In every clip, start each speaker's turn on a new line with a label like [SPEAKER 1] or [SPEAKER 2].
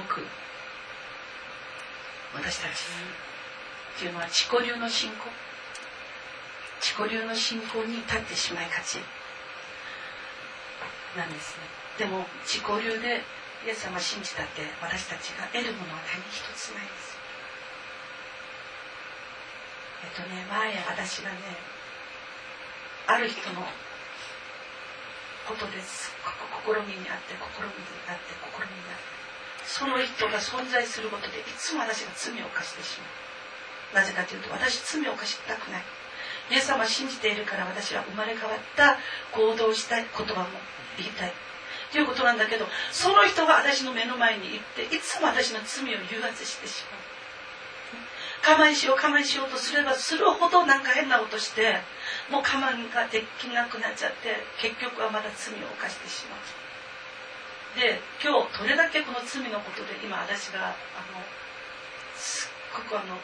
[SPEAKER 1] く私たちというのは自己流の信仰に立ってしまいがちなんですね。でも自己流でイエス様を信じたって私たちが得るものは何一つないんです。前私がねある人のことですごく試みにあってその人が存在することでいつも私が罪を犯してしまう。なぜかというと私罪を犯したくない。イエス様を信じているから私は生まれ変わった行動をしたい言葉も言いたいということなんだけど、その人が私の目の前に行っていつも私の罪を誘発してしまう。我慢しようとすればするほどなんか変なことしてもう我慢ができなくなっちゃって結局はまだ罪を犯してしまう。で今日どれだけこの罪のことで今私がすっごくもう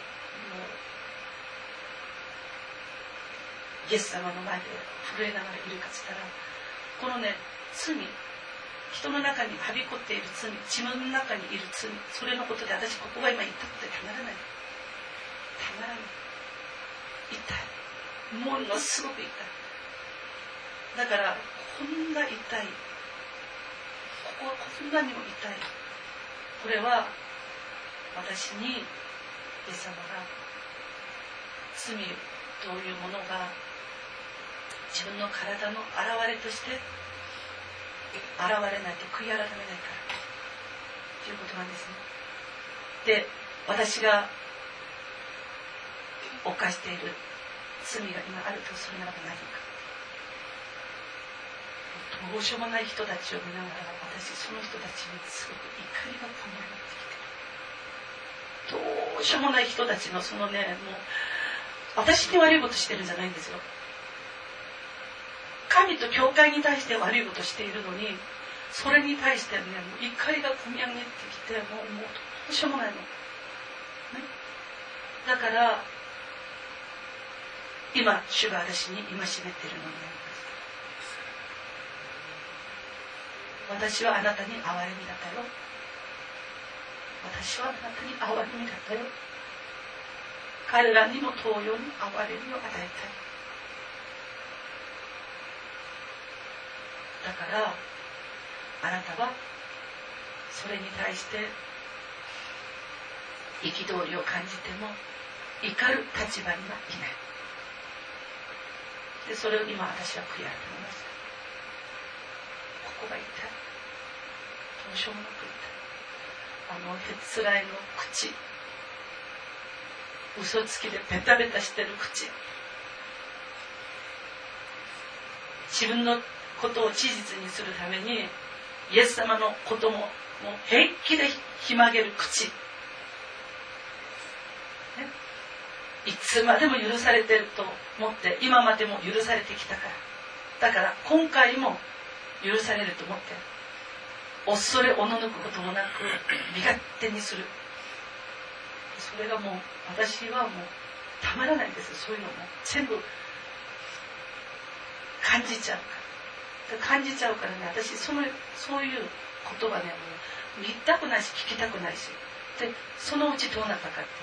[SPEAKER 1] イエス様の前で震えながらいるかつったら、このね罪、人の中にはびこっている罪、自分の中にいる罪、それのことで私ここが今言ったことでたまらない痛い、ものすごく痛い。だからこんな痛い、ここはこんなにも痛い。これは私にイエス様が罪というものが自分の体の現れとして現れないと悔い改めないからということなんですね。で、私が犯している罪が今あるとするならば何か、どうしようもない人たちを見ながら私その人たちにすごく怒りがこもってきて、どうしようもない人たちのそのね、もう私に悪いことしてるんじゃないんですよ。神と教会に対して悪いことしているのに、それに対してね、もう怒りがこみ上げてきて、もうどうしようもないの、ね、だから今主が私に戒めているのになります。私はあなたに憐れみだったよ。私はあなたに憐れみだったよ。彼らにも同様に憐れみを与えたい。だからあなたはそれに対して憤りを感じても怒る立場にはいない。でそれを今私は悔い改めました。ここが痛い、どうしようもなく痛い。へつらいの口、嘘つきでベタベタしてる口、自分のことを事実にするためにイエス様のことも平気でひまげる口、いつまでも許されていると思って今までも許されてきたから、だから今回も許されると思って恐れおののくこともなく身勝手にする。それがもう私はもうたまらないんです。そういうのも全部感じちゃうからね、私そういうことはねもう見たくないし聞きたくないし、でそのうちどうなったかって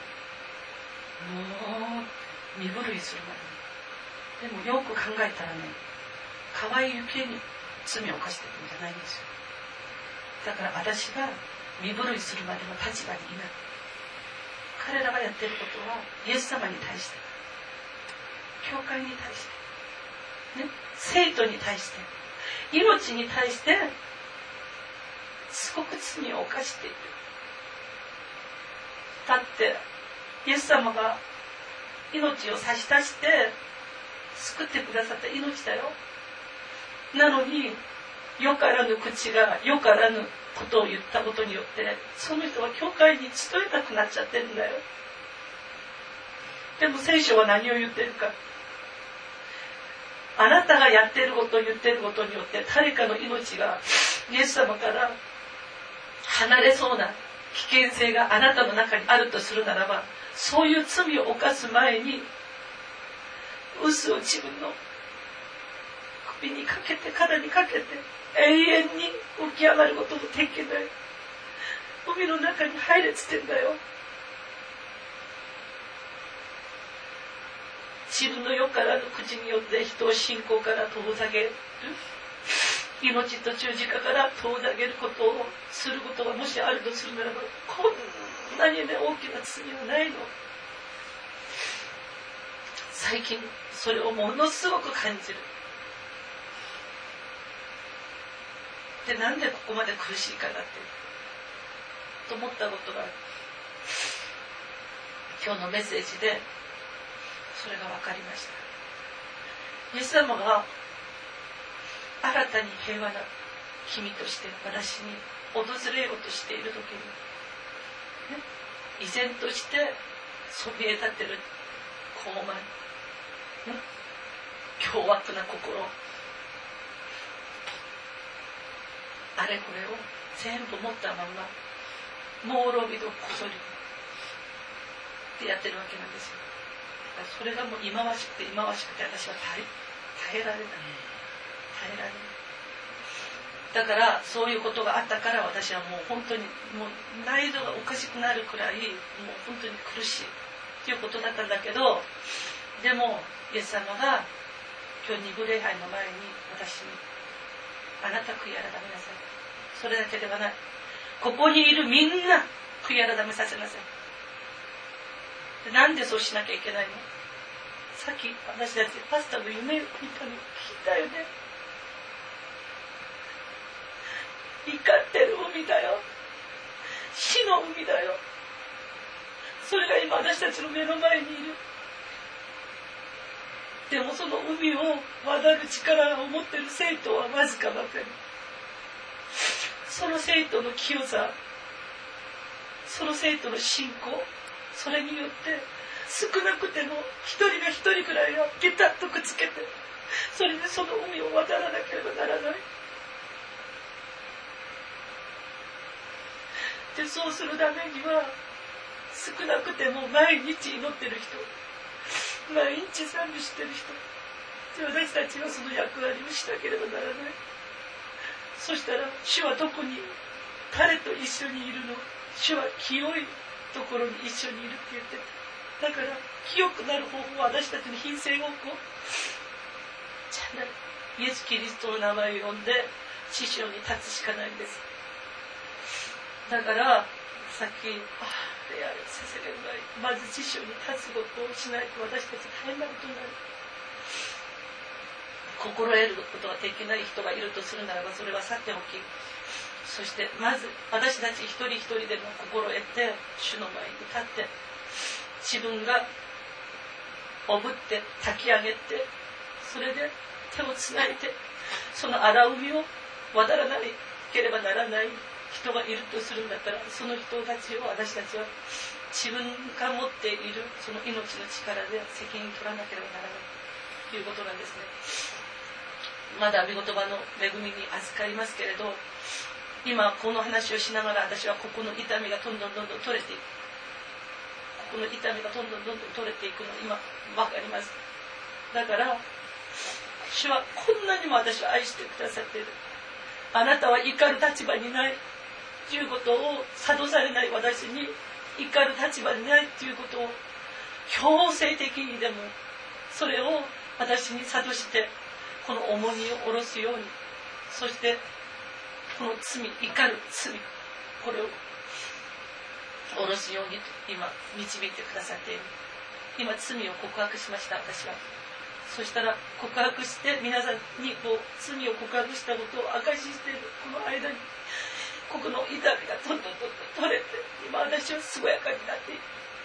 [SPEAKER 1] もう身震いするまで、でもよく考えたらね、可愛い余計に罪を犯してるんじゃないんですよ。だから私が身震いするまでの立場にいない。彼らがやっていることはイエス様に対して、教会に対して、ね、生徒に対して、命に対してすごく罪を犯している。だってイエス様が命を差し出して救ってくださった命だよ。なのによからぬ口がよからぬことを言ったことによってその人は教会に集えなくなっちゃってるんだよ。でも聖書は何を言ってるか、あなたがやっていることを言っていることによって誰かの命がイエス様から離れそうな危険性があなたの中にあるとするならば、そういう罪を犯す前に臼を自分の首にかけて、肩にかけて永遠に起き上がることもできない。 海の中に入れっつってんだよ。自分の世からの口によって人を信仰から遠ざける、命と十字架から遠ざけることをすることがもしあるとするならば、こんなにね大きな罪はないの。最近それをものすごく感じる。で、なんでここまで苦しいかなってと思ったことがある。今日のメッセージでそれが分かりました。イエス様が新たに平和な君として私に訪れようとしている時に、ね、依然としてそびえ立ってる傲慢、ね、凶悪な心、あれこれを全部持ったまま朦朧美とこそりってやってるわけなんですよ。それがもう忌まわしくて忌まわしくて、私は耐えられない。だからそういうことがあったから、私はもう本当にもう内臓がおかしくなるくらいもう本当に苦しいっていうことだったんだけど、でもイエス様が今日2部礼拝の前に私に、あなた悔い改めなさい。それだけではない。ここにいるみんな悔い改めさせなさい。なんでそうしなきゃいけないの？さっき私たちパスタの夢を見たの聞いたよね。怒ってる海だよ。死の海だよ。それが今私たちの目の前にいる。でもその海を渡る力を持っている生徒はわずかばかり。その生徒の清さ、その生徒の信仰、それによって少なくても一人が一人くらいがピタッとくっつけて、それでその海を渡らなければならない。で、そうするためには少なくても毎日祈ってる人、毎日賛美してる人、私たちはその役割をしなければならない。そしたら主はどこに彼と一緒にいるの？主は清いところに一緒にいるって言ってる。だから清くなる方法は私たちの品性方法じゃない。イエス・キリストの名前を呼んで師匠に立つしかないんです。だからさっきレアル先生がまず師匠に立つことをしないと私たち大変なことになる。心得ることができない人がいるとするならば、それはさておき、そしてまず私たち一人一人でも心得て主の前に立って、自分がおぶって炊き上げて、それで手をつないでその荒海を渡らなければならない人がいるとするんだったら、その人たちを私たちは自分が持っているその命の力で責任取らなければならないということなんですね。まだ御言葉の恵みに預かりますけれど、今この話をしながら私はここの痛みがどんどん取れていく、この痛みがどんどん取れていくの今分かります。だから主はこんなにも私を愛してくださっている。あなたは怒る立場にないということを諭されない私に、怒る立場にないということを強制的にでもそれを私に諭して、この重荷を下ろすように、そしてこの罪、怒る罪、これを下ろすようにと今導いてくださっている。今罪を告白しました、私は。そしたら告白して皆さんにこう罪を告白したことを証ししているこの間に、ここの痛みがどんどん取れて、今私は健やかになっている。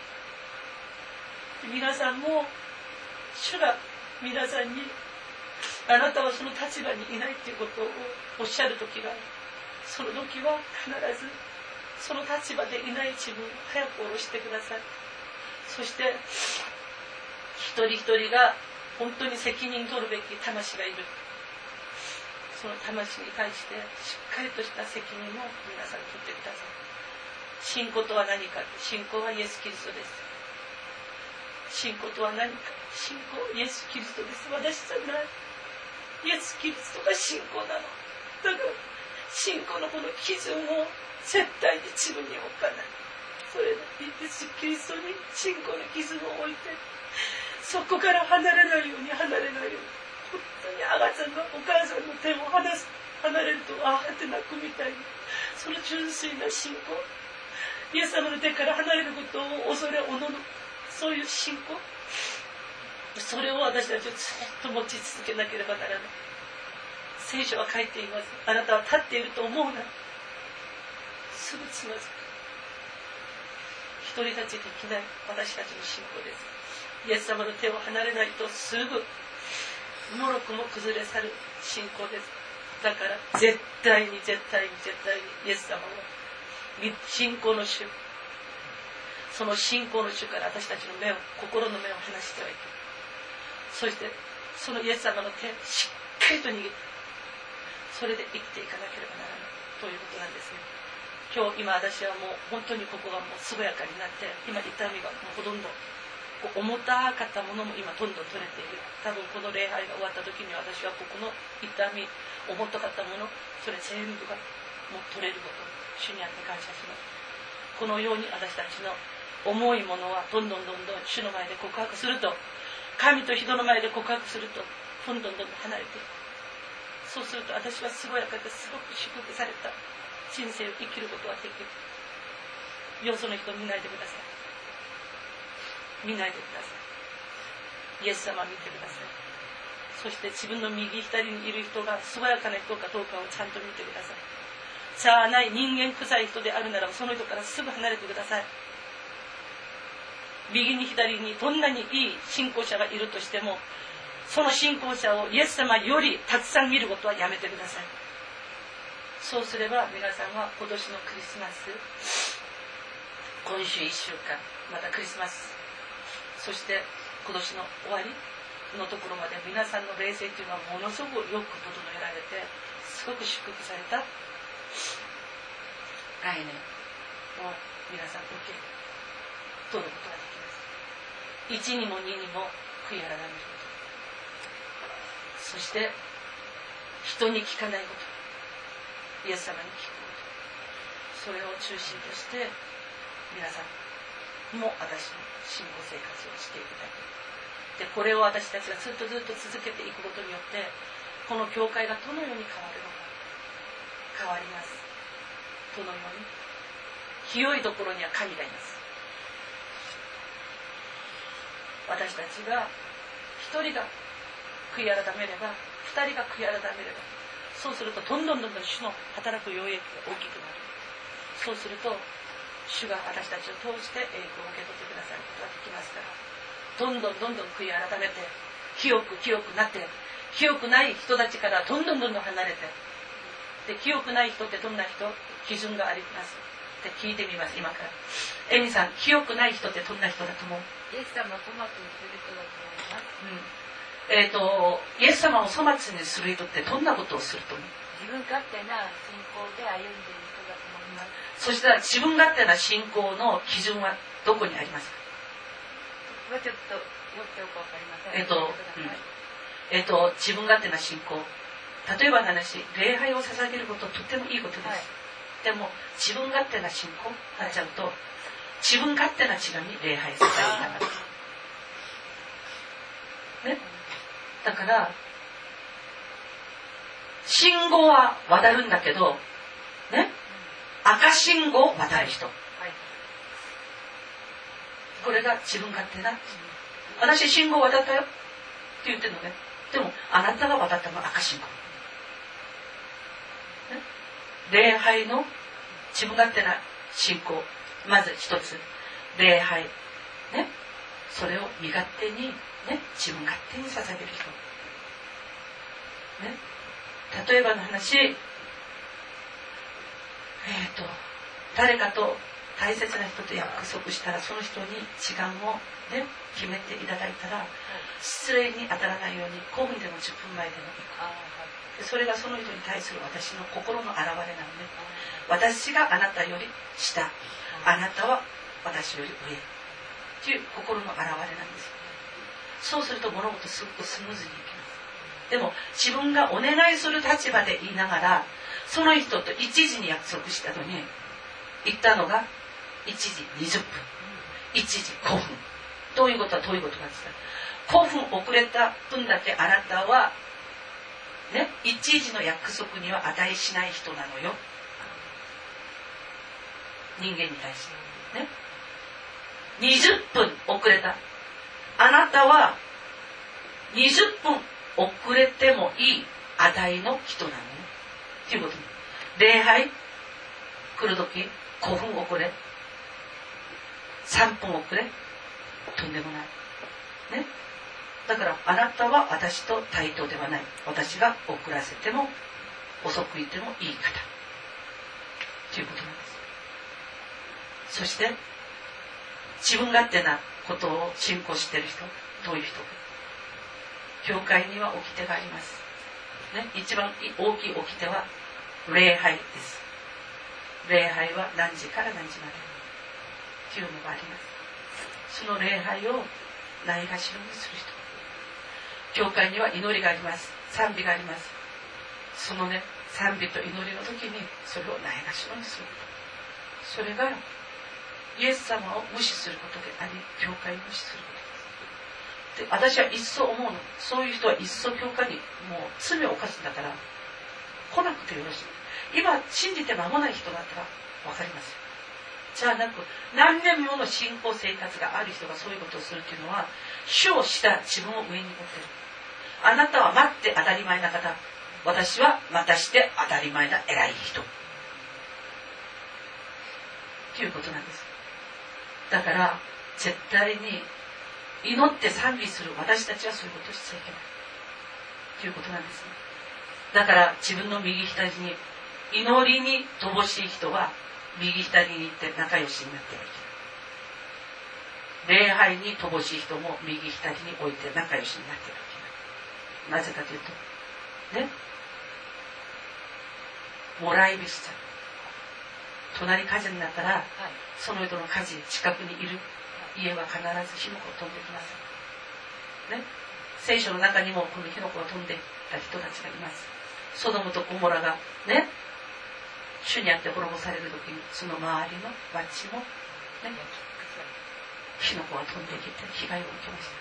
[SPEAKER 1] 皆さんも主が皆さんに、あなたはその立場にいないということをおっしゃる時がある。その時は必ずその立場でいない自分を早く下ろしてください。そして一人一人が本当に責任取るべき魂がいる。その魂に対してしっかりとした責任を皆さん取ってください。信仰とは何か。信仰はイエス・キリストです。信仰とは何か。信仰イエス・キリストです。私じゃない。イエス・キリストが信仰なの。だから信仰のこの基準を絶対に自分に置かない。それでイエス・キリストに信仰の傷を置いて、そこから離れないように、本当に赤ちゃんがお母さんの手を離れるとあーって泣くみたいに、その純粋な信仰、イエス様の手から離れることを恐れおのの、そういう信仰、それを私たちはずっと持ち続けなければならない。聖書は書いています。あなたは立っていると思うな、すぐつまずく。独り立ちできない私たちの信仰です。イエス様の手を離れないとすぐもろくも崩れ去る信仰です。だから絶対にイエス様は信仰の主、その信仰の主から私たちの心の目を離してはいけない。そしてそのイエス様の手をしっかりと握って、それで生きていかなければならないということなんですね。今私はもう本当にここがもう健やかになって、今痛みがもうほとんど重たかったものも今どんどん取れている。多分この礼拝が終わった時に私はここの痛み、重たかったもの、それ全部がもう取れること、主にあって感謝します。このように私たちの重いものはどんどん主の前で告白すると、神と人の前で告白するとどんどん離れていく。そうすると私は健やかですごく祝福された人生を生きることができる。よその人を見ないでください。見ないでください。イエス様を見てください。そして自分の右左にいる人が健やかな人かどうかをちゃんと見てください。しゃあない人間臭い人であるならばその人からすぐ離れてください。右に左にどんなにいい信仰者がいるとしても、その信仰者をイエス様よりたくさん見ることはやめてください。そうすれば皆さんは今年のクリスマス、今週1週間、またクリスマス、そして今年の終わりのところまで皆さんの霊性というのはものすごくよく整えられて、すごく祝福された概念を皆さん受け取ることができます。1にも2にも悔い改めること、そして人に聞かないこと、イエス様に聞くこと、それを中心として皆さんも私の信仰生活をしていただく。でこれを私たちがずっと続けていくことによって、この教会がどのように変わるのか。変わります。どのように。広いところには神がいます。私たちが一人が悔い改めれば、二人が悔い改めれば、そうするとどんどん主の働く領域が大きくなる。そうすると主が私たちを通して栄光を受け取ってくださることができますから、どんどん悔い改めて、清くなって、清くない人たちからどんどん離れて、で清くない人ってどんな人、基準がありますって聞いてみます。今からエミさん、清くない人ってどんな人だと思う？
[SPEAKER 2] イエス様を粗末にする人だと思います。
[SPEAKER 1] イエス様を粗末にする人ってどんなことをすると思う？
[SPEAKER 2] 自分勝手な信仰で歩んでいる人だと思います。
[SPEAKER 1] そしたら自分勝手な信仰の基準はどこにありますか？
[SPEAKER 2] ちょっとよくわかりません。
[SPEAKER 1] 自分勝手な信仰、例えばの話、礼拝を捧げることとってもいいことです、はい、でも自分勝手な信仰になっちゃうと、自分勝手な血がに礼拝させたいね。だから信号は渡るんだけどね、赤信号を渡る人、これが自分勝手な。私信号渡ったよって言ってるのね。でもあなたが渡ったのは赤信号、ね、礼拝の自分勝手な信仰、まず一つ礼拝、ね、それを身勝手に、ね、自分勝手に捧げる人、ね、例えばの話、誰かと大切な人と約束したら、その人に時間を、ね、決めていただいたら、失礼に当たらないように5分でも10分前でも行く。それがその人に対する私の心の表れなので、私があなたより下、あなたは私より上という心の表れなんです。そうすると物事すごくスムーズにいきます。でも自分がお願いする立場で言いながら、その人と1時に約束したのに行ったのが1時20分、1時5分。どういうことはどういうことかですか。5分遅れた分だけあなたはね、1時の約束には値しない人なのよ。人間に対してね。20分遅れた。あなたは20分遅れてもいい値の人なのよ。ということに。礼拝来るとき5分遅れ、3分遅れ、とんでもない。ね。だからあなたは私と対等ではない。私が遅らせても遅くいてもいい方。ということなんです。そして自分勝手なことを信仰している人、どういう人か。教会には掟があります。ね、一番大きい掟は礼拝です。礼拝は何時から何時までというのがあります。その礼拝をないがしろにする人。教会には祈りがあります。賛美があります。そのね、賛美と祈りの時にそれをないがしろにすること。それがイエス様を無視することであり、教会を無視することです。で、私は一層思うの。そういう人は一層教会にもう罪を犯すんだから来なくてよろしい。今信じて間もない人だったら分かりますよ。じゃなく、何年もの信仰生活がある人がそういうことをするというのは、主をした自分を上に持っている。あなたは待って当たり前な方、私はまたして当たり前な偉い人ということなんです。だから絶対に祈って賛美する私たちはそういうことをしちゃいけないということなんですね。だから自分の右左に祈りに乏しい人は右左に行って仲良しになってはいけない。礼拝に乏しい人も右左に置いて仲良しになってはいけない。なぜかというとね、もらい火しちゃう。隣火事になったら、その人の火事近くにいる家は必ず火の粉が飛んできます。ね、聖書の中にもこの火の粉が飛んでいた人たちがいます。ソドムとゴモラがね、主にあって滅ぼされる時にその周りの町もね、火の粉が飛んできて被害を受けました。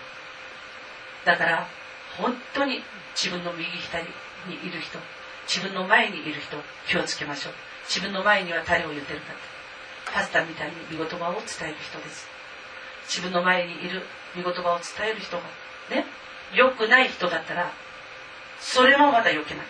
[SPEAKER 1] だから本当に自分の右左にいる人、自分の前にいる人気をつけましょう。自分の前には誰を言ってるかって、パスタみたいに御言葉を伝える人です。自分の前にいる御言葉を伝える人がね、良くない人だったらそれもまだ良くない。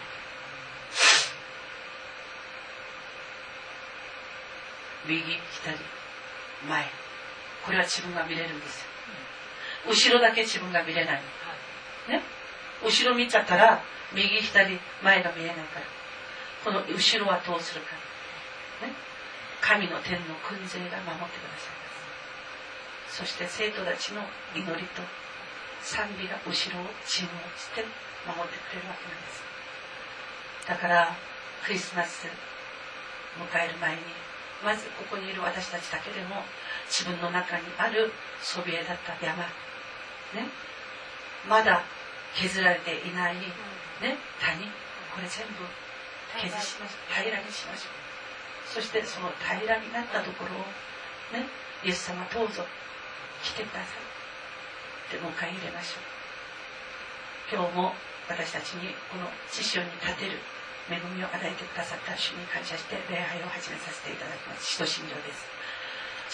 [SPEAKER 1] 右左前、これは自分が見れるんですよ。後ろだけ自分が見れないね。後ろ見ちゃったら右左前が見えないから、この後ろはどうするか、ね、神の天の訓勢が守ってくださいます。そして生徒たちの祈りと賛美が後ろを鎮圧して守ってくれるわけなんです。だからクリスマス迎える前に、まずここにいる私たちだけでも自分の中にあるそびえだった山、ね、まだ削られていない、ね、谷、これ全部削しましょう。平らにしましょう。そしてその平らになったところをね、イエス様どうぞ来てくださいって迎え入れましょう。今日も私たちにこの知識に立てる恵みを与えてくださった主に感謝して礼拝を始めさせていただきます。使徒信条です。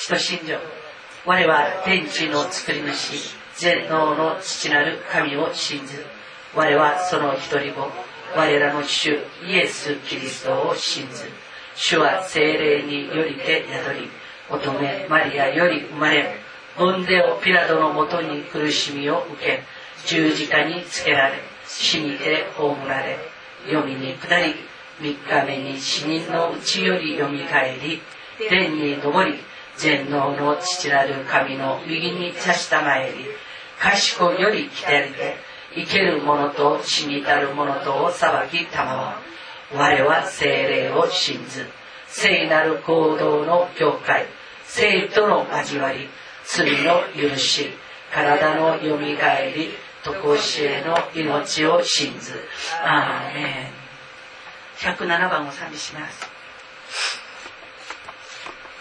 [SPEAKER 1] 使徒信条。我は天地の作り主、全能の父なる神を信ず。我はその一人子、我らの主イエス・キリストを信ず。主は聖霊によりて宿り、乙女マリアより生まれ、ポンデオピラトのもとに苦しみを受け、十字架につけられ、死にて葬られ、黄泉に下り、3日目に死人のうちよりよみがえり、天に昇り、全能の父なる神の右に座したまえり、賢より来てりて、生ける者と死にたる者とを裁きたまわ。我は聖霊を信ず。聖なる行動の教会、聖との交わり、罪の許し、体のよみがえり、常しえの命を信ず。アーメン。107番を賛美します。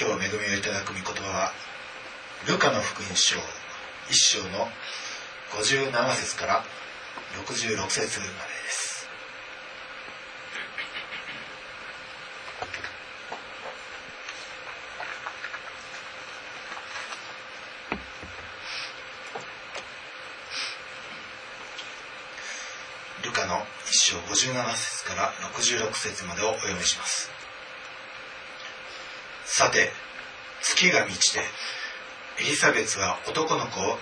[SPEAKER 3] 今日恵みをいただく御言葉はルカの福音書1章の57節から66節までです。ルカの1章57節から66節までをお読みします。さて、月が満ちてエリザベスは男の子を産んだ。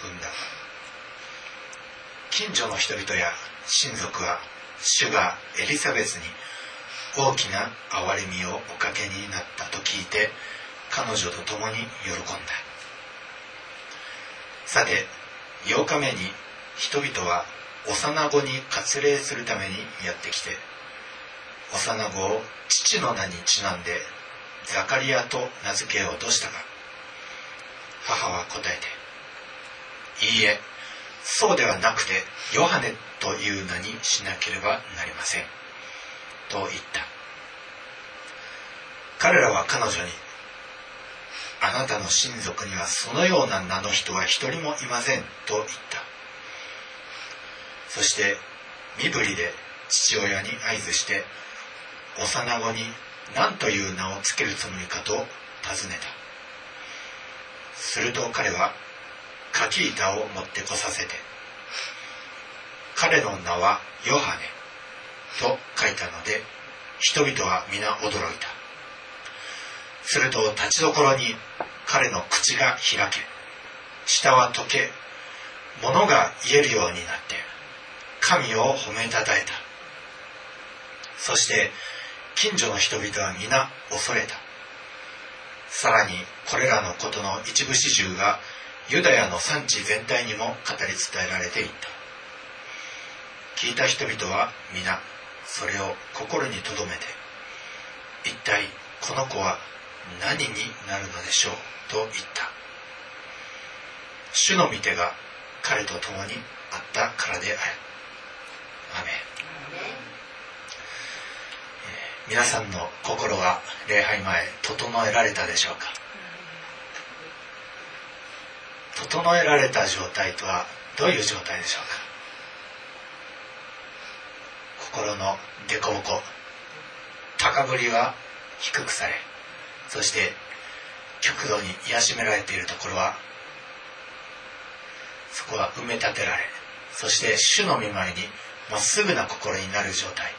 [SPEAKER 3] 近所の人々や親族は主がエリザベスに大きな憐れみをおかけになったと聞いて彼女と共に喜んだ。さて、8日目に人々は幼子に割礼するためにやってきて、幼子を父の名にちなんでザカリアと名付けようとしたが、母は答えて、いいえ、そうではなくてヨハネという名にしなければなりませんと言った。彼らは彼女に、あなたの親族にはそのような名の人は一人もいませんと言った。そして身振りで父親に合図して、幼子に何という名をつけるつもりかと尋ねた。すると彼は柿板を持ってこさせて、彼の名はヨハネと書いたので、人々は皆驚いた。すると立ちどころに彼の口が開け、舌は溶け、物が言えるようになって神を褒めたたえた。そして近所の人々は皆恐れた。さらにこれらのことの一部始終がユダヤの産地全体にも語り伝えられていった。聞いた人々は皆それを心に留めて、一体この子は何になるのでしょうと言った。主の御手が彼と共にあったからである。アメン。皆さんの心は礼拝前整えられたでしょうか。整えられた状態とはどういう状態でしょうか。心の凸凹、高ぶりは低くされ、そして極度に癒しめられているところは、そこは埋め立てられ、そして主の御前にまっすぐな心になる状態。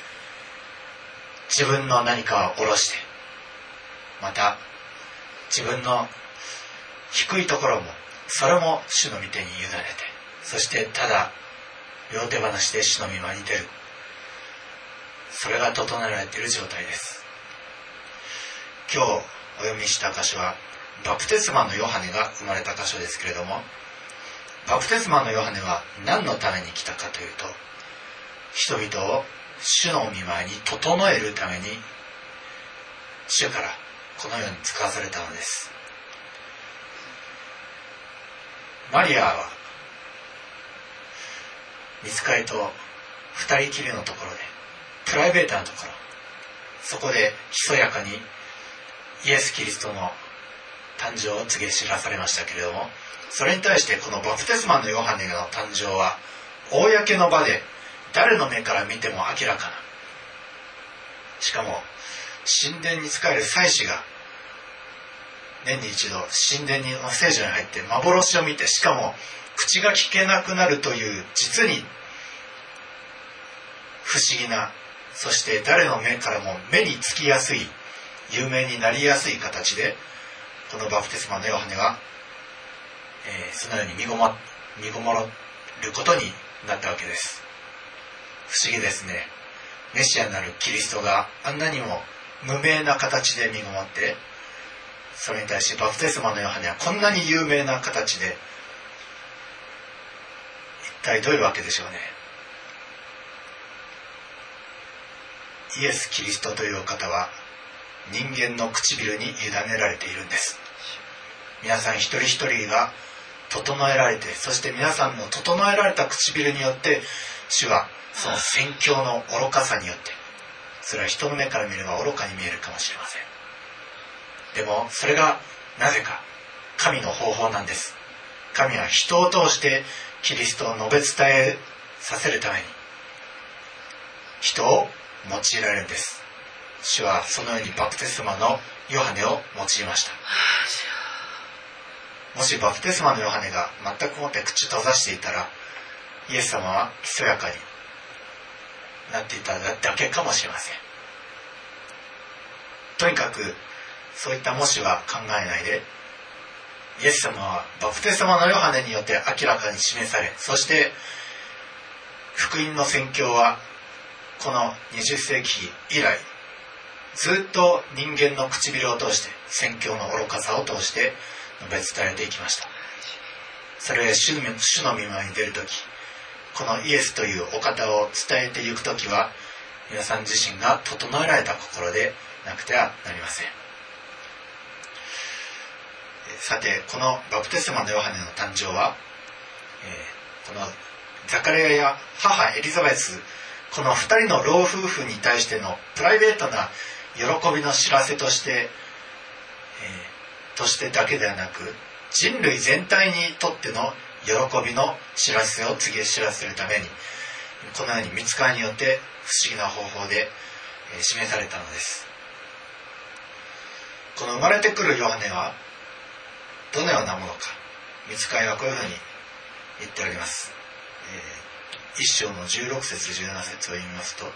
[SPEAKER 3] 自分の何かを下ろして、また自分の低いところもそれも主の御手に委ねて、そしてただ両手放しで主の御前に出る。それが整えられている状態です。今日お読みした箇所はバプテスマのヨハネが生まれた箇所ですけれども、バプテスマのヨハネは何のために来たかというと、人々を主の御前に整えるために主からこのように使わされたのです。マリアは御使いと二人きりのところで、プライベートなところ、そこでひそやかにイエス・キリストの誕生を告げ知らされましたけれども、それに対してこのバプテスマのヨハネの誕生は公の場で誰の目から見ても明らかな、しかも神殿に仕える祭司が年に一度神殿の聖所に入って幻を見て、しかも口が聞けなくなるという実に不思議な、そして誰の目からも目につきやすい、有名になりやすい形でこのバプテスマのヨハネは、そのように身ごもることになったわけです。不思議ですね。メシアになるキリストがあんなにも無名な形で身ごもって、それに対してバプテスマのヨハネはこんなに有名な形で、一体どういうわけでしょうね。イエス・キリストというお方は人間の唇に委ねられているんです。皆さん一人一人が整えられて、そして皆さんの整えられた唇によって主はその宣教の愚かさによって、それは人の目から見れば愚かに見えるかもしれません。 でもそれがなぜか神の方法なんです。神は人を通してキリストを述べ伝えさせるために人を用いられるんです。主はそのようにバプテスマのヨハネを用いました。もしバプテスマのヨハネが全くもって口閉ざしていたら、イエス様はひそやかになっていただけかもしれません。とにかくそういったもしは考えないで、イエス様はバプテスマのヨハネによって明らかに示され、そして福音の宣教はこの20世紀以来ずっと人間の唇を通して、宣教の愚かさを通して述べ伝えていきました。それは主の御前に出るとき、このイエスというお方を伝えていくときは、皆さん自身が整えられた心でなくてはなりません。さて、このバプテスマのヨハネの誕生は、このザカリアや母エリザベス、この2人の老夫婦に対してのプライベートな喜びの知らせとして、だけではなく、人類全体にとっての喜びの知らせを告げ知らせるために、このように御使いによって不思議な方法で示されたのです。この生まれてくるヨハネはどのようなものか、御使いはこういうふうに言っております。1章の16節17節を読みますと、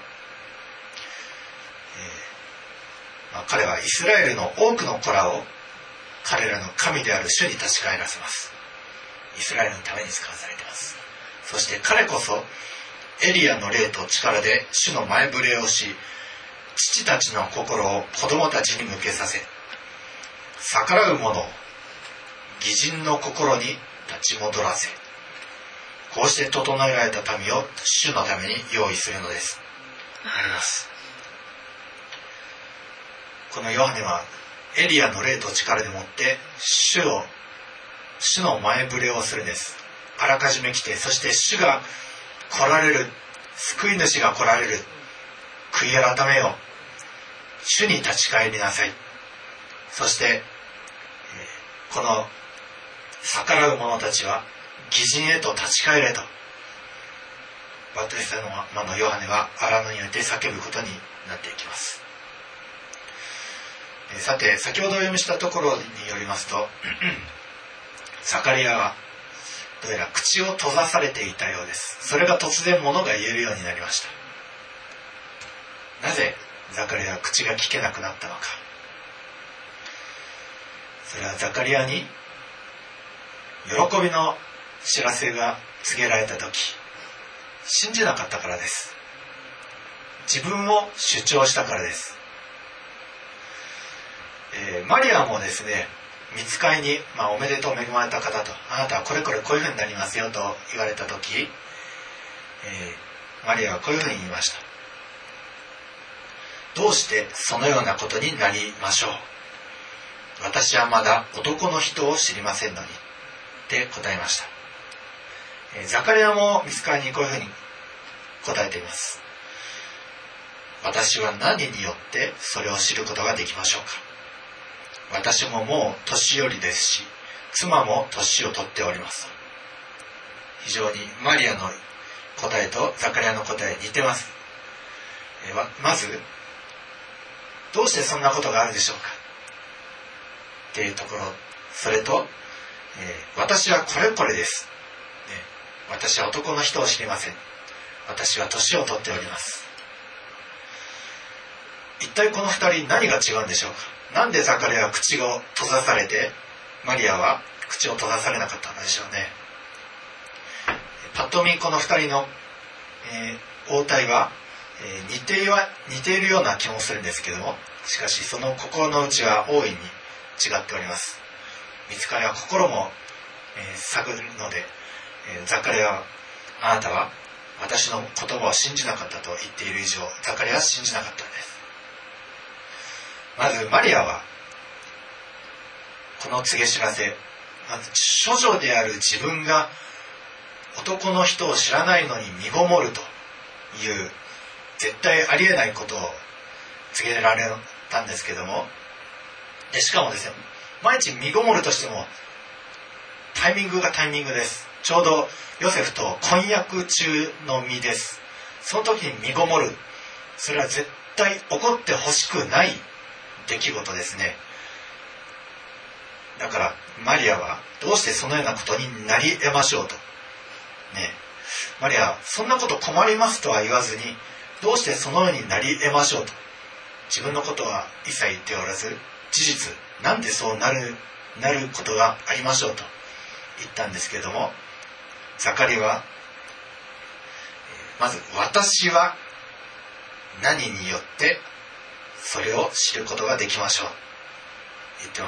[SPEAKER 3] 彼はイスラエルの多くの子らを彼らの神である主に立ち返らせます。イスラエルのために使わされています。そして彼こそエリアの霊と力で主の前触れをし、父たちの心を子供たちに向けさせ、逆らう者を義人の心に立ち戻らせ、こうして整えられた民を主のために用意するのです。あります。このヨハネはエリアの霊と力でもって主の前触れをするんです。あらかじめ来て、そして主が来られる、救い主が来られる、悔い改めよう、主に立ち返りなさい。そしてこの逆らう者たちは義人へと立ち返れと、バプテスマのヨハネは荒野において叫ぶことになっていきます。さて、先ほどお読みしたところによりますとザカリアはどうやら口を閉ざされていたようです。それが突然物が言えるようになりました。なぜザカリアは口が聞けなくなったのか。それはザカリアに喜びの知らせが告げられたとき、信じなかったからです。自分を主張したからです。マリアもですね、御使いに、おめでとう恵まれた方と、あなたはこれこれこういうふうになりますよと言われたとき、マリアはこういうふうに言いました。どうしてそのようなことになりましょう。私はまだ男の人を知りませんのにって答えました。ザカリアも御使いにこういうふうに答えています。私は何によってそれを知ることができましょうか。私ももう年寄りですし、妻も年を取っております。非常にマリアの答えとザカリアの答え似てます。まず、どうしてそんなことがあるでしょうかっていうところ、それと、私はこれこれです、私は男の人を知りません。私は年を取っております。一体この二人何が違うんでしょうか。なんでザカリアは口を閉ざされて、マリアは口を閉ざされなかったんでしょうね。パッと見この二人の、応対は、似ているような気もするんですけども、しかしその心の内は大いに違っております。御使いは心も、探るので、ザカリアは、あなたは私の言葉を信じなかったと言っている以上、ザカリアは信じなかったんです。まずマリアはこの告げ知らせ、まず処女である自分が男の人を知らないのに身ごもるという絶対ありえないことを告げられたんですけども、 でしかもですね、毎日身ごもるとしてもタイミングがタイミングです。ちょうどヨセフと婚約中の身です。その時に身ごもる、それは絶対起こってほしくない出来事ですね。だからマリアはどうしてそのようなことになり得ましょうと、マリアはそんなこと困りますとは言わずに、どうしてそのようになり得ましょうと、自分のことは一切言っておらず、事実なんでそうなることがありましょうと言ったんですけれども、ザカリはまず私は何によってそれを知ることができましょう言ってます、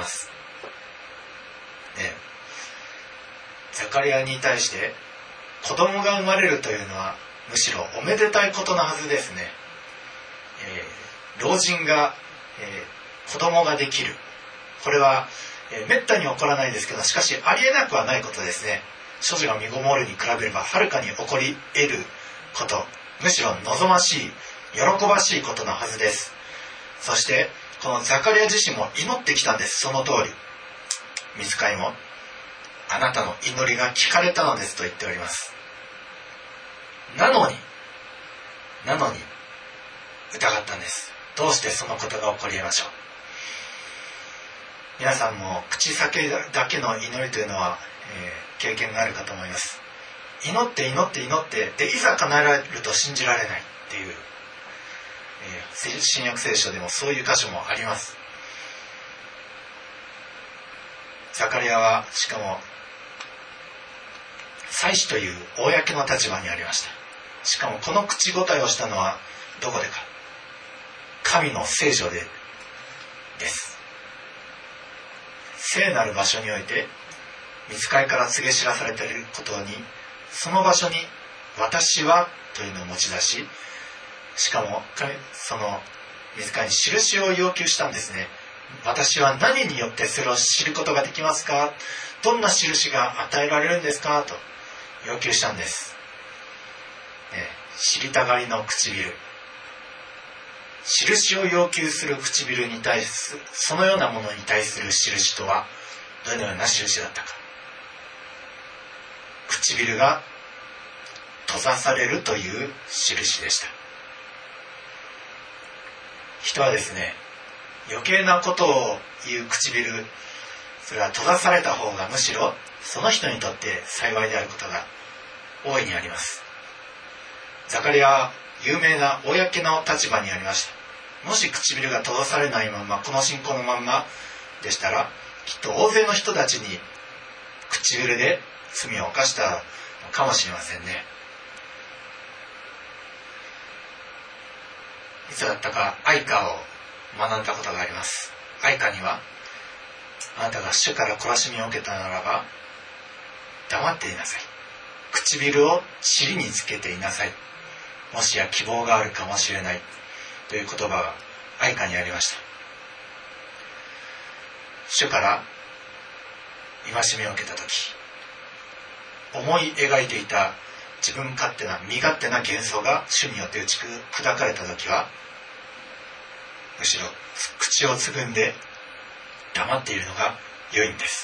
[SPEAKER 3] ザカリアに対して子供が生まれるというのはむしろおめでたいことなはずですね。老人が、子供ができる、これは、めったに起こらないですけど、しかしありえなくはないことですね。処女が身ごもるに比べればはるかに起こり得ること、むしろ望ましい、喜ばしいことのはずです。そしてこのザカリア自身も祈ってきたんです。その通り御使いもあなたの祈りが聞かれたのですと言っております。なのに疑ったんです。どうしてそのことが起こり得ましょう。皆さんも口先だけの祈りというのは、経験があるかと思います。祈ってでいざ叶えられると信じられないっていう、新約聖書でもそういう箇所もあります。ザカリアはしかも祭司という公の立場にありました。しかもこの口答えをしたのはどこでか、神の聖所でです。聖なる場所において御使いから告げ知らされていることに、その場所に私はというのを持ち出し、しかもその御使いに印を要求したんですね。私は何によってそれを知ることができますか、どんな印が与えられるんですかと要求したんです、知りたがりの唇、印を要求する唇に対する、そのようなものに対する印とはどのような印だったか。唇が閉ざされるという印でした。人はですね、余計なことを言う唇、それは閉ざされた方がむしろその人にとって幸いであることが大いにあります。ザカリアは有名な公の立場にありました。もし唇が閉ざされないまま、この信仰のまんまでしたら、きっと大勢の人たちに唇で罪を犯したのかもしれませんね。いつだったか愛歌を学んだことがあります。愛歌には、あなたが主から懲らしみを受けたならば黙っていなさい、唇を尻につけていなさい、もしや希望があるかもしれないという言葉が愛歌にありました。主から戒めを受けたとき、思い描いていた自分勝手な身勝手な幻想が主によって打ち砕かれたときは、むしろ口をつぐんで黙っているのが良いんです。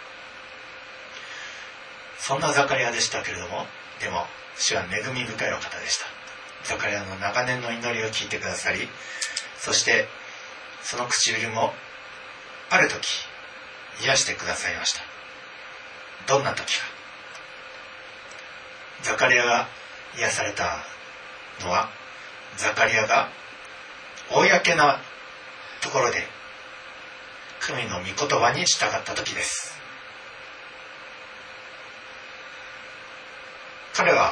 [SPEAKER 3] そんなザカリアでしたけれども、でも主は恵み深いお方でした。ザカリアの長年の祈りを聞いてくださり、そしてその唇もある時癒してくださいました。どんな時か。ザカリアが癒されたのは、ザカリアが公なところで神の御言葉に従った時です。彼は、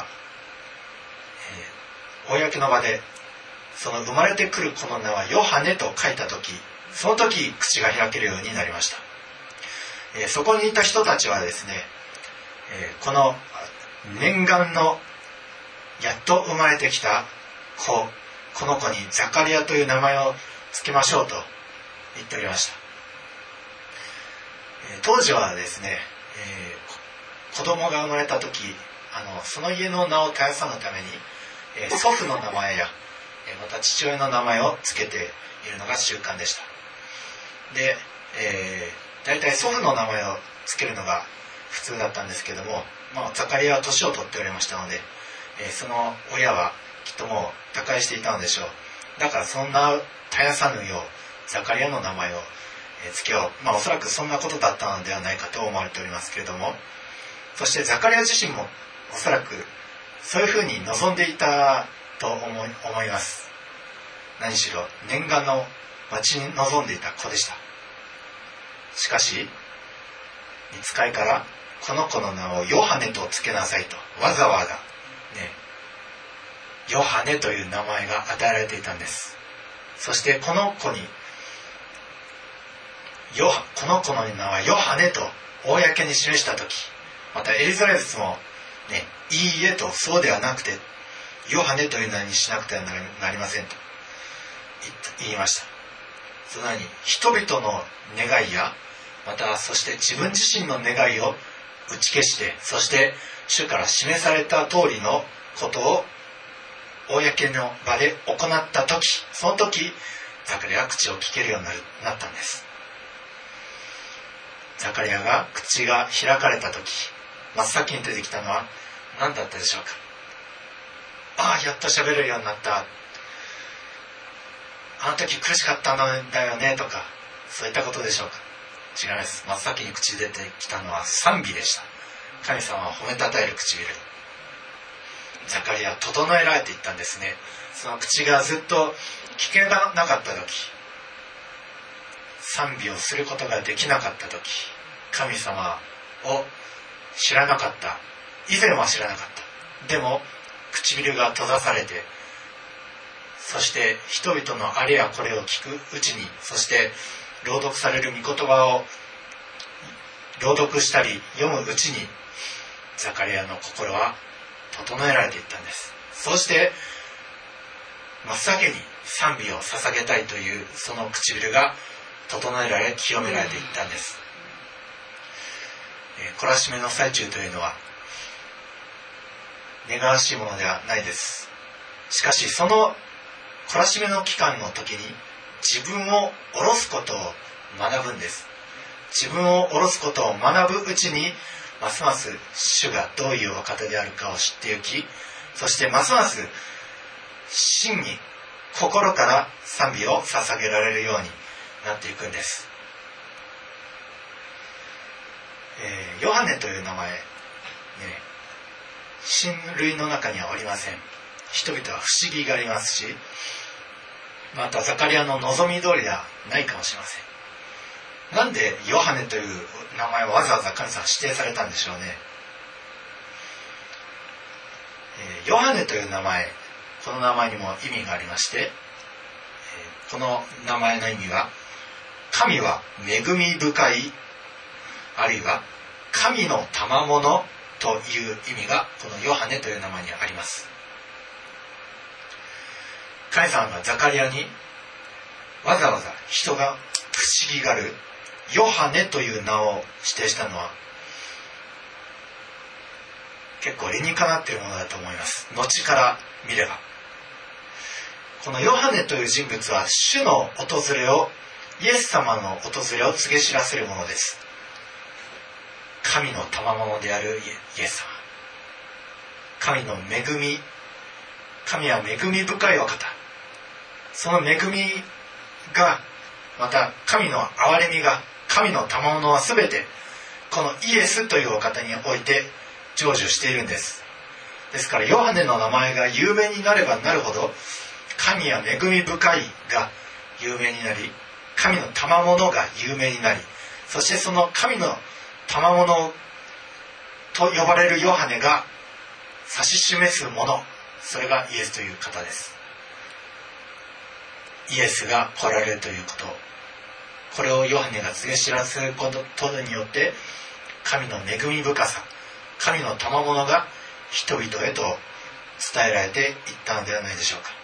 [SPEAKER 3] 公の場でその生まれてくる子の名はヨハネと書いた時、その時口が開けるようになりました。そこにいた人たちはですね、この念願のやっと生まれてきた子、この子にザカリアという名前を付けましょうと言っておりました。当時はですね、子供が生まれた時、その家の名を絶やさぬために、祖父の名前やまた父親の名前を付けているのが習慣でした。で、 大体祖父の名前をつけるのが普通だったんですけども、ザカリアは年を取っておりましたので、その親はきっともう他界していたのでしょう。だからそんな絶やさぬようザカリアの名前を付けよう。おそらくそんなことだったのではないかと思われておりますけれども、そしてザカリア自身もおそらくそういうふうに望んでいたと思います。何しろ念願の待ち望んでいた子でした。しかし御使いからこの子の名をヨハネと付けなさいとわざわざね、ヨハネという名前が与えられていたんです。そしてこの子の名はヨハネと公に示したとき、またエリザベスもね、いいえとそうではなくてヨハネという名にしなくてはなりませんと言いました。そのように人々の願いやまたそして自分自身の願いを打ち消して、そして主から示された通りのことを公の場で行った時、その時ザカリアは口を聞けるようになったんです。ザカリアが口が開かれた時、真っ先に出てきたのは何だったでしょうか。やっと喋れるようになった、あの時苦しかったんだよねとか、そういったことでしょうか。違います。真っ先に口に出てきたのは賛美でした。神様を褒めたたえる唇。ザカリアは整えられていったんですね。その口がずっと聞けなかった時、賛美をすることができなかった時、神様を知らなかった、以前は知らなかった、でも唇が閉ざされて、そして人々のあれやこれを聞くうちに、そして朗読される御言葉を朗読したり読むうちに、ザカリアの心は整えられていったんです。そして真っ先に賛美を捧げたいというその唇が整えられ清められていったんです。懲らしめの最中というのは願わしいものではないです。しかしその懲らしめの期間の時に自分を下ろすことを学ぶんです。自分を下ろすことを学ぶうちに、ますます主がどういうお方であるかを知ってゆき、そしてますます真に心から賛美を捧げられるようになっていくんです。ヨハネという名前、親類の中にはおりません。人々は不思議がありますし、またザカリアの望み通りではないかもしれません。なんでヨハネという名前をわざわざ神様は指定されたんでしょうね。ヨハネという名前、この名前にも意味がありまして、この名前の意味は神は恵み深い、あるいは神の賜物という意味がこのヨハネという名前にあります。神様がザカリアにわざわざ人が不思議がるヨハネという名を指定したのは結構理にかなっているものだと思います。後から見れば、このヨハネという人物は主の訪れを、イエス様の訪れを告げ知らせるものです。神の賜物であるイエス様、神の恵み、神は恵み深いお方、その恵みが、また神の憐れみが、神の賜物は全てこのイエスというお方において成就しているんです。ですからヨハネの名前が有名になればなるほど、神は恵み深いが有名になり、神の賜物が有名になり、そしてその神の賜物と呼ばれるヨハネが指し示すもの、それがイエスという方です。イエスが来られるということ、これをヨハネが告げ知らせることによって、神の恵み深さ、神の賜物が人々へと伝えられていったのではないでしょうか。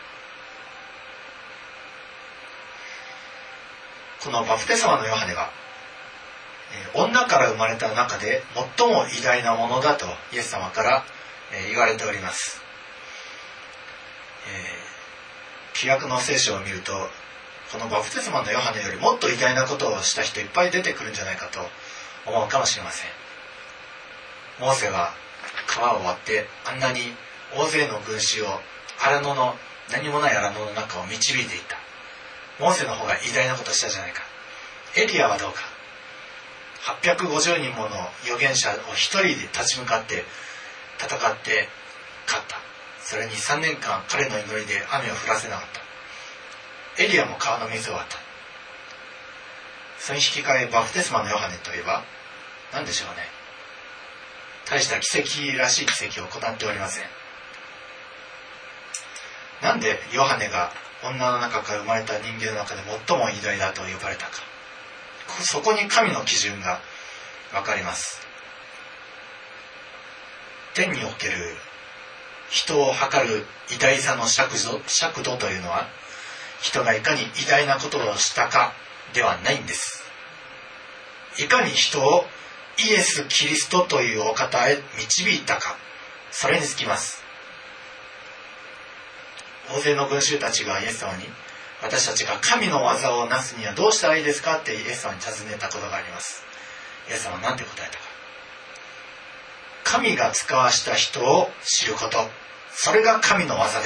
[SPEAKER 3] このバプテスマのヨハネは女から生まれた中で最も偉大なものだとイエス様から言われております。旧約の聖書を見ると、 このバプテスマのヨハネよりもっと偉大なことをした人いっぱい出てくるんじゃないかと思うかもしれません。モーセは川を割ってあんなに大勢の群衆を荒野の何もない荒野の中を導いていった。モーセの方が偉大なことをしたじゃないか。エリアはどうか。850人もの預言者を一人で立ち向かって戦って勝った。それに3年間彼の祈りで雨を降らせなかった。エリアも川の水を割った。それに引き換えバプテスマのヨハネといえば何でしょうね。大した奇跡らしい奇跡を行っておりません。なんでヨハネが女の中から生まれた人間の中で最も偉大だと呼ばれたか。そこに神の基準が分かります。天における人を測る偉大さの尺度というのは、人がいかに偉大なことをしたかではないんです。いかに人をイエス・キリストというお方へ導いたか、それにつきます。大勢の群衆たちがイエス様に、私たちが神の技をなすにはどうしたらいいですかってイエス様に尋ねたことがあります。イエス様は何て答えたか。神が使わした人を知ること、それが神の技です。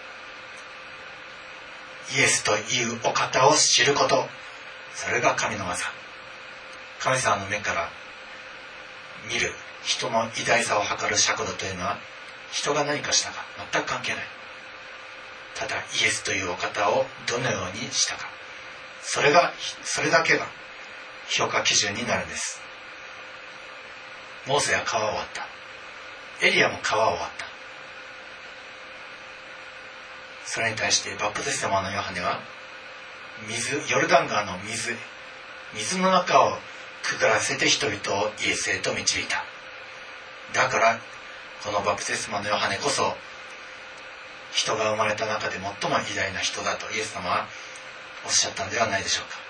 [SPEAKER 3] イエスというお方を知ること、それが神の技。神様の目から見る人の偉大さを測る尺度というのは、人が何かしたか全く関係ない。ただイエスというお方をどのようにしたか、それだけが評価基準になるんです。モーセは川を割った。エリアも川を割った。それに対してバプテスマのヨハネはヨルダン川の水の中をくぐらせて人々をイエスへと導いた。だからこのバプテスマのヨハネこそ人が生まれた中で最も偉大な人だとイエス様はおっしゃったのではないでしょうか。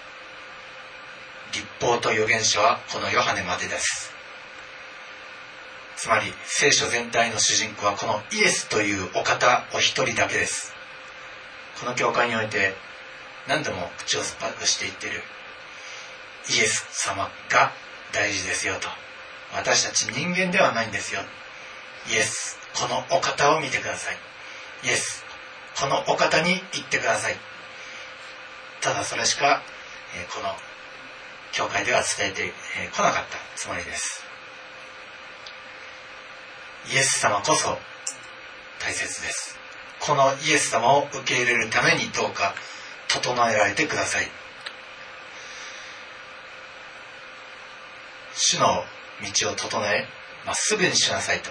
[SPEAKER 3] 律法と預言書はこのヨハネまでです。つまり聖書全体の主人公はこのイエスというお方お一人だけです。この教会において何度も口を酸っぱくして言っているイエス様が大事ですよと。私たち人間ではないんですよ。イエス、このお方を見てください。イエス、このお方に言ってください。ただそれしかこの教会では伝えてこなかったつもりです。イエス様こそ大切です。このイエス様を受け入れるためにどうか整えられてください。主の道を整え、まっすぐにしなさいと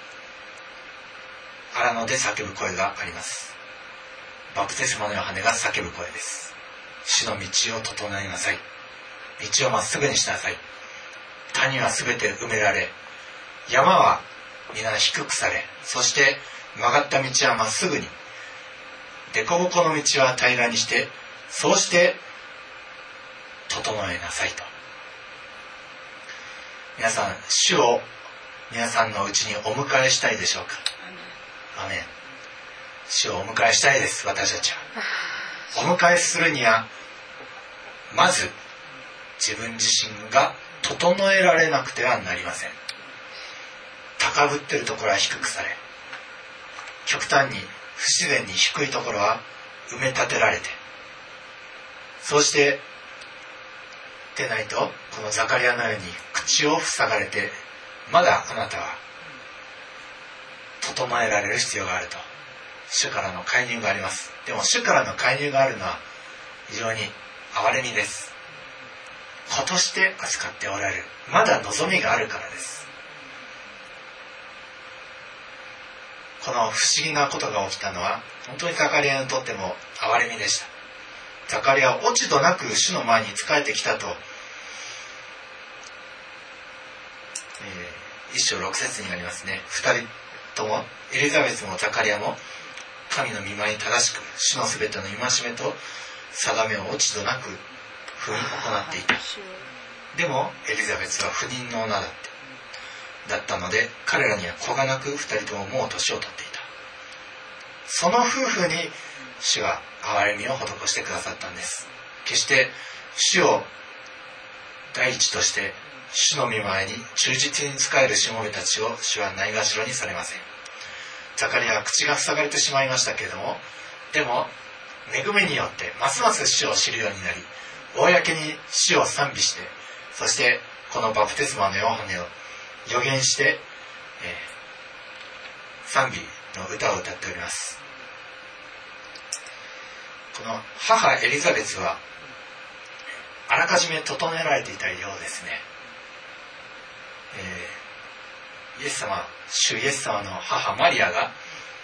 [SPEAKER 3] 荒野で叫ぶ声があります。バプテスマのヨハネが叫ぶ声です。主の道を整えなさい。道をまっすぐにしなさい。谷はすべて埋められ、山は皆低くされ、そして曲がった道はまっすぐに、凸凹の道は平らにして、そうして整えなさいと。皆さん、主を皆さんのうちにお迎えしたいでしょうか。アメン。主をお迎えしたいです。私たちはお迎えするにはまず自分自身が整えられなくてはなりません。高ぶっているところは低くされ、極端に不自然に低いところは埋め立てられて、そうしてでないと、このザカリアのように口を塞がれて、まだあなたは整えられる必要があると。主からの介入があります。でも主からの介入があるのは非常に憐れみです。子として扱っておられる、まだ望みがあるからです。この不思議なことが起きたのは本当にザカリアにとっても憐れみでした。ザカリアは落ち度なく主の前に仕えてきたと、一章6節にありますね。二人ともエリザベスもザカリアも神の御前に正しく主のすべての戒めと定めを落ち度なく踏み行っていた。でもエリザベスは不妊の女だったので、彼らには子がなく二人とももう年を取っていた。その夫婦に主は憐れみを施してくださったんです。決して主を第一として主の御前に忠実に仕えるしもべたちを主はないがしろにされません。ザカリアは口が塞がれてしまいましたけれども、でも恵みによってますます主を知るようになり、公に主を賛美して、そしてこのバプテスマのヨハネを予言して、賛美の歌を歌っております。この母エリザベスはあらかじめ整えられていたようですね。主イエス様の母マリアが、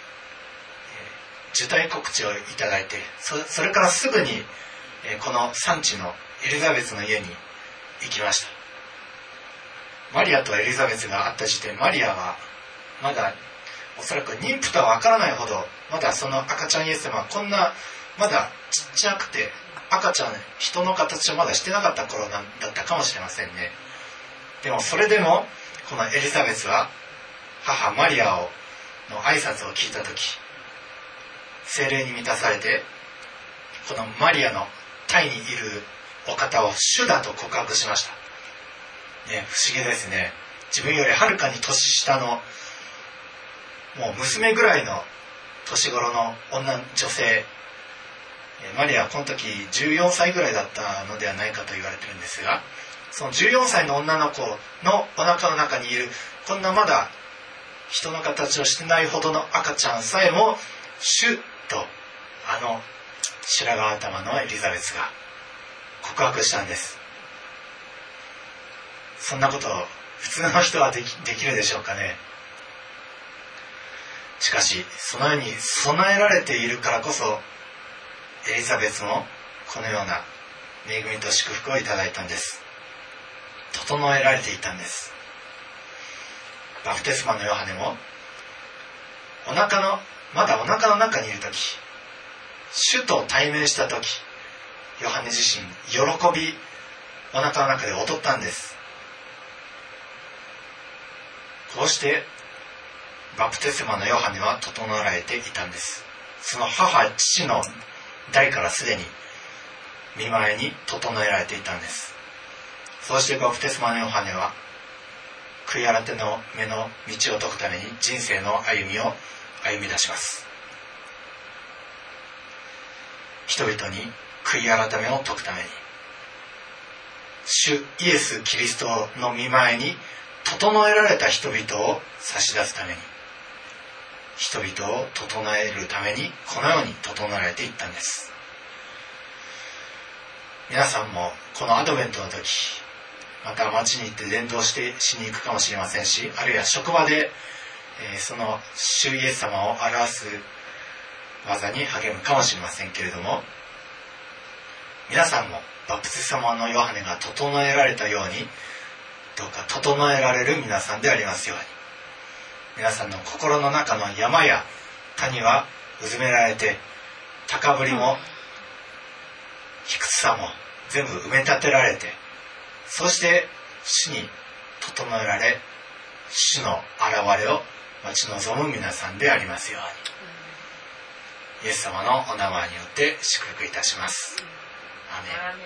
[SPEAKER 3] 受胎告知をいただいて、それからすぐに、この産地のエリザベスの家に行きました。マリアとエリザベスが会った時点、マリアはまだおそらく妊婦とは分からないほど、まだその赤ちゃんイエス様はこんなまだちっちゃくて、赤ちゃん人の形をまだしてなかった頃だったかもしれませんね。でもそれでもこのエリザベスは母マリアの挨拶を聞いたとき、聖霊に満たされて、このマリアの胎にいるお方を主だと告白しました、ね。不思議ですね。自分よりはるかに年下の、もう娘ぐらいの年頃の女性、マリアはこの時14歳ぐらいだったのではないかと言われているんですが、その14歳の女の子のお腹の中にいるこんなまだ人の形をしてないほどの赤ちゃんさえも主と白髪頭のエリザベスが告白したんです。そんなことを普通の人はできるでしょうかね。しかしそのように備えられているからこそ、エリザベスもこのような恵みと祝福をいただいたんです。整えられていたんです。バプテスマのヨハネもまだお腹の中にいるとき、主と対面したとき、ヨハネ自身喜びお腹の中で踊ったんです。こうしてバプテスマのヨハネは整えられていたんです。その父の代からすでに御前に整えられていたんです。そうしてバプテスマのヨハネは悔い改めの目の道を解くために人生の歩みを歩み出します。人々に悔い改めを解くために、主イエス・キリストの御前に整えられた人々を差し出すために、人々を整えるためにこのように整えられていったんです。皆さんもこのアドベントの時、また街に行って伝道しに行くかもしれませんし、あるいは職場で、その主イエス様を表す技に励むかもしれませんけれども、皆さんもバプテスマのヨハネが整えられたように、どうか整えられる皆さんでありますように。皆さんの心の中の山や谷はうずめられて、高ぶりも卑屈さも全部埋め立てられて、そして主に整えられ、主の現れを待ち望む皆さんでありますように。イエス様のお名前によって祝福いたします。アーメン。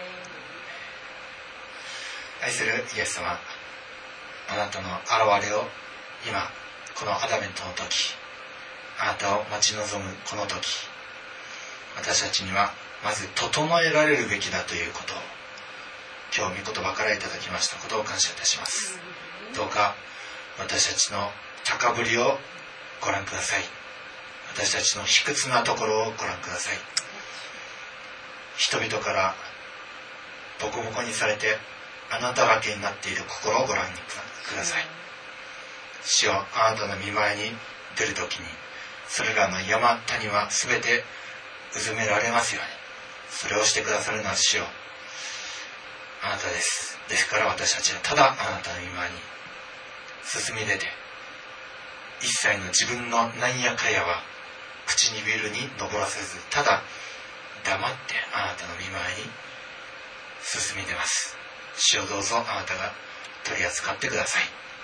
[SPEAKER 3] 愛するイエス様、あなたの現れを今このアドベントの時、あなたを待ち望むこの時、私たちにはまず整えられるべきだということを、今日御言葉からいただきましたことを感謝いたします。どうか私たちの高ぶりをご覧ください。私たちの卑屈なところをご覧ください。人々からボコボコにされて穴だらけになっている心をご覧ください。主よ、あなたの御前に出るときに、それらの山谷はすべてうずめられますように。それをしてくださるのは主よ、あなたです。ですから私たちはただあなたの御前に進み出て、一切の自分のなんやかやは口にビルに上らせず、ただ黙ってあなたの御前に進み出ます。主をどうぞあなたが取り扱ってください。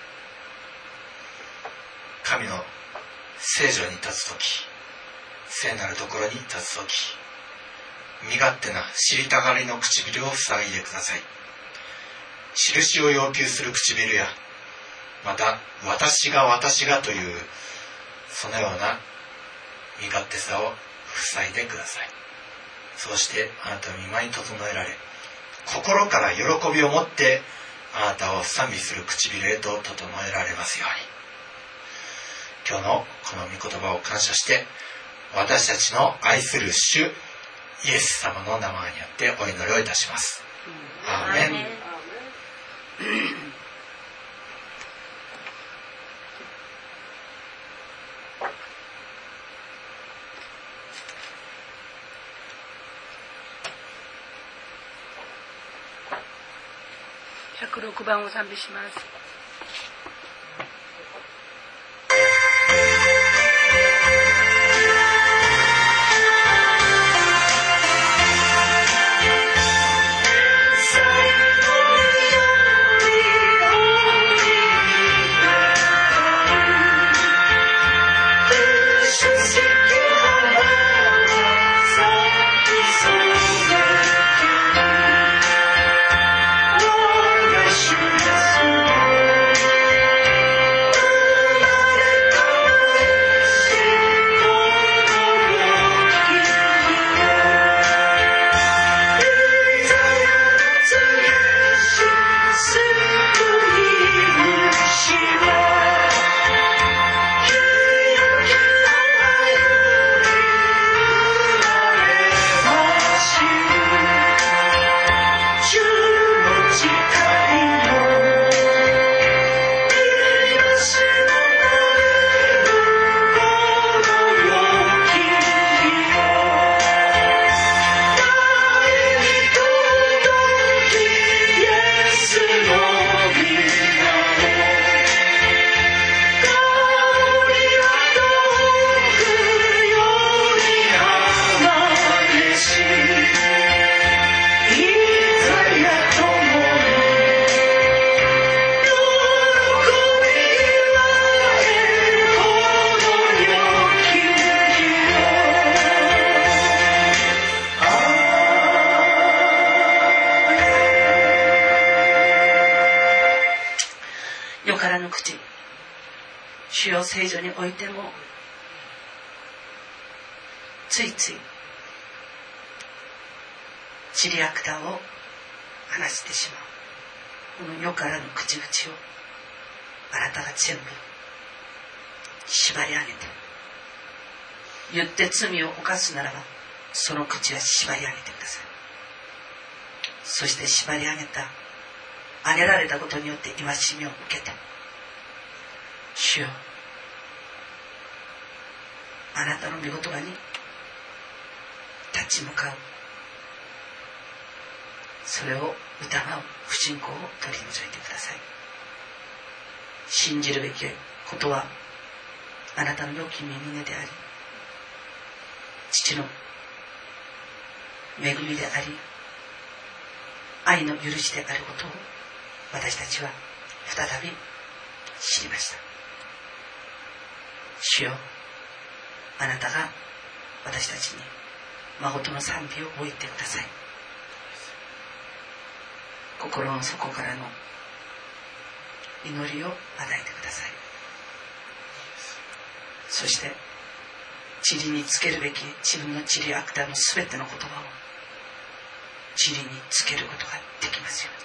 [SPEAKER 3] 神の聖所に立つとき、聖なるところに立つとき、 身勝手な知りたがりの唇を塞いでください。印を要求する唇や、また私がというそのような身勝手さを塞いでください。そうしてあなたの御前に整えられ、心から喜びを持ってあなたを賛美する唇へと整えられますように。今日のこの御言葉を感謝して、私たちの愛する主イエス様の名前によってお祈りをいたします。アーメン。
[SPEAKER 1] 106番を賛美します。聖書においてもついついチリアクタを話してしまう。この世からの口々をあなたが全部縛り上げて、言って罪を犯すならばその口は縛り上げてください。そして縛り上げられたことによって戒めを受けて、主よ、あなたの御言葉に立ち向かう、それを疑う不信仰を取り除いてください。信じるべきことはあなたの良き御胸であり、父の恵みであり、愛の許しであることを私たちは再び知りました。主よ、あなたが私たちに誠の賛美を置いてください。心の底からの祈りを与えてください。そして塵につけるべき自分のチリアクターのすべての言葉を塵につけることができますように。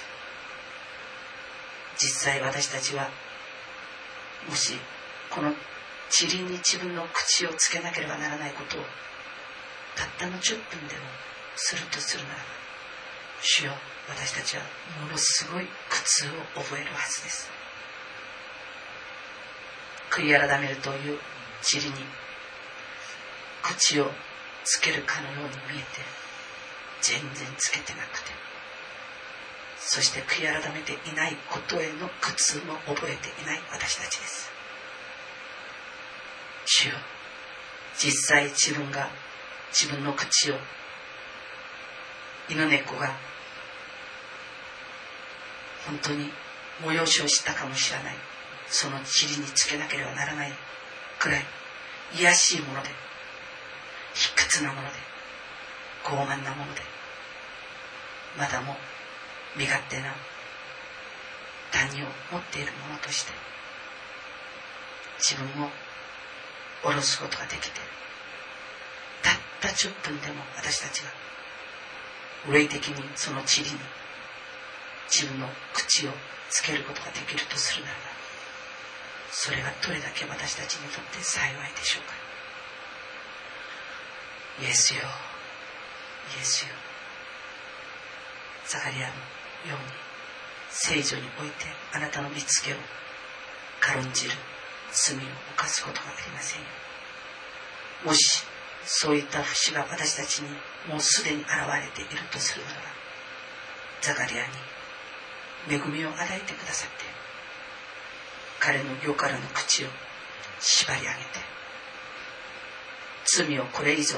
[SPEAKER 1] 実際私たちはもしこの塵に自分の口をつけなければならないことをたったの10分でもするとするならば、主よ、私たちはものすごい苦痛を覚えるはずです。悔い改めるという塵に口をつけるかのように見えて全然つけてなくて、そして悔い改めていないことへの苦痛も覚えていない私たちです。主よ、実際自分の口を犬猫が本当に催しをしたかもしれない、その塵につけなければならないくらい卑しいもので、卑屈なもので、 傲慢なもので、まだも身勝手な谷を持っているものとして自分を下ろすことができて、たった10分でも私たちが霊的にその塵に自分の口をつけることができるとするならば、それがどれだけ私たちにとって幸いでしょうか。イエスよ、イエスよ。ザカリアのように聖女においてあなたの見つけを軽んじる罪を犯すことがありませんよ。もしそういった節が私たちにもうすでに現れているとするならば、ザカリアに恵みを与えてくださって、彼のよからぬ口を縛り上げて、罪をこれ以上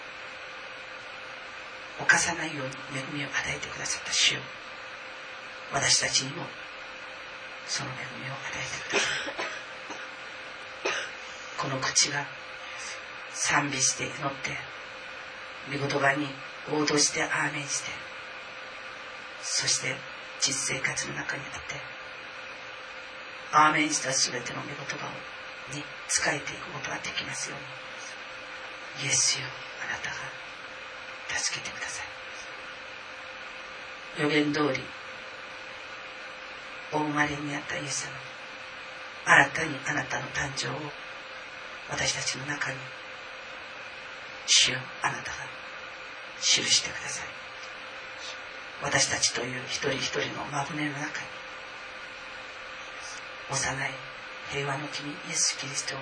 [SPEAKER 1] 犯さないように恵みを与えてくださった主よ、私たちにもその恵みを与えてください。この口が賛美して祈って、御言葉に応答してアーメンして、そして実生活の中にあってアーメンしたすべての御言葉に仕えていくことができますように、イエスよ、あなたが助けてください。予言通りお生まれになったイエス様、新たにあなたの誕生を私たちの中に、主よ、あなたが記してください。私たちという一人一人のマグネの中に幼い平和の君イエス・キリストを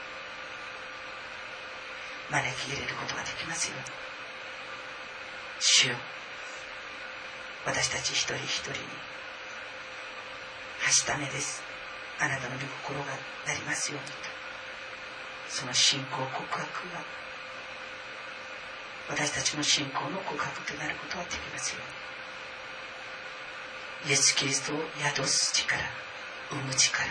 [SPEAKER 1] 招き入れることができますように、主よ、私たち一人一人にはしためです、あなたの御心がなりますようにと、その信仰告白が私たちの信仰の告白となることができますように、イエス・キリストを宿す力、生む力、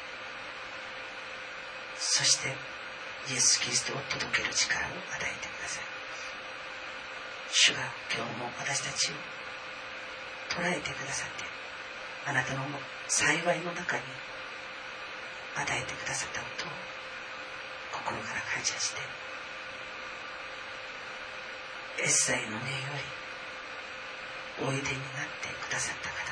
[SPEAKER 1] そしてイエス・キリストを届ける力を与えてください。主が今日も私たちを捉えてくださって、あなたの幸いの中に与えてくださったことを心から感謝して、エッサイの根よりおいでになってくださった方、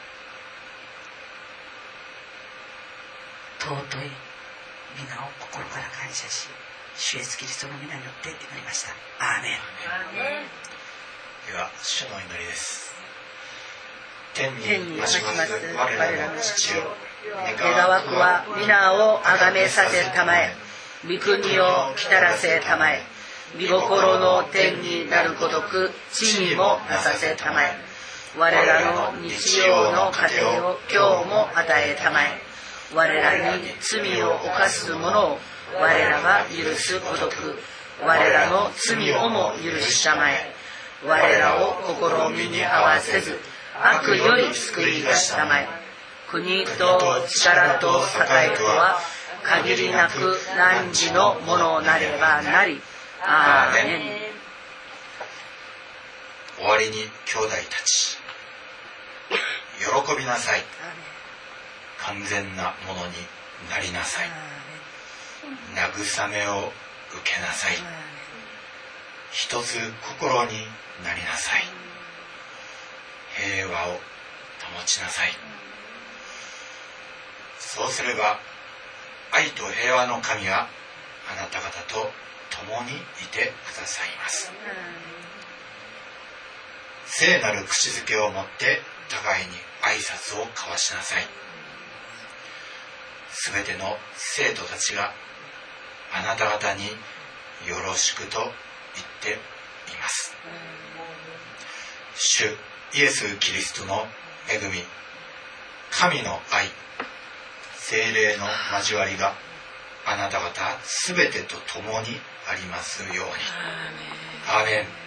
[SPEAKER 1] 尊い皆を心から感謝し、主イエスキリストの皆によって祈りました。アーメン。
[SPEAKER 3] では主の祈りです。天にまします我らの父よ、
[SPEAKER 4] 願わくは皆をあがめさせたまえ、御国を来たらせたまえ、御心の天になるごとく地にもなさせたまえ。我らの日曜の糧を今日も与えたまえ。我らに罪を犯す者を我らが許すごとく我らの罪をも許したまえ。我らを試みに合わせず悪より救い出したまえ。国と力と栄とは限りなく汝のものなればなり。アーメン。
[SPEAKER 3] 終わりに兄弟たち、喜びなさい。完全なものになりなさい。慰めを受けなさい。一つ心になりなさい。平和を保ちなさい。そうすれば愛と平和の神はあなた方と共にいてくださいます。聖なる口づけをもって互いに挨拶を交わしなさい。すべての生徒たちがあなた方によろしくと言っています。主イエス・キリストの恵み、神の愛、聖霊の交わりがあなた方すべてと共にありますように。アーメン。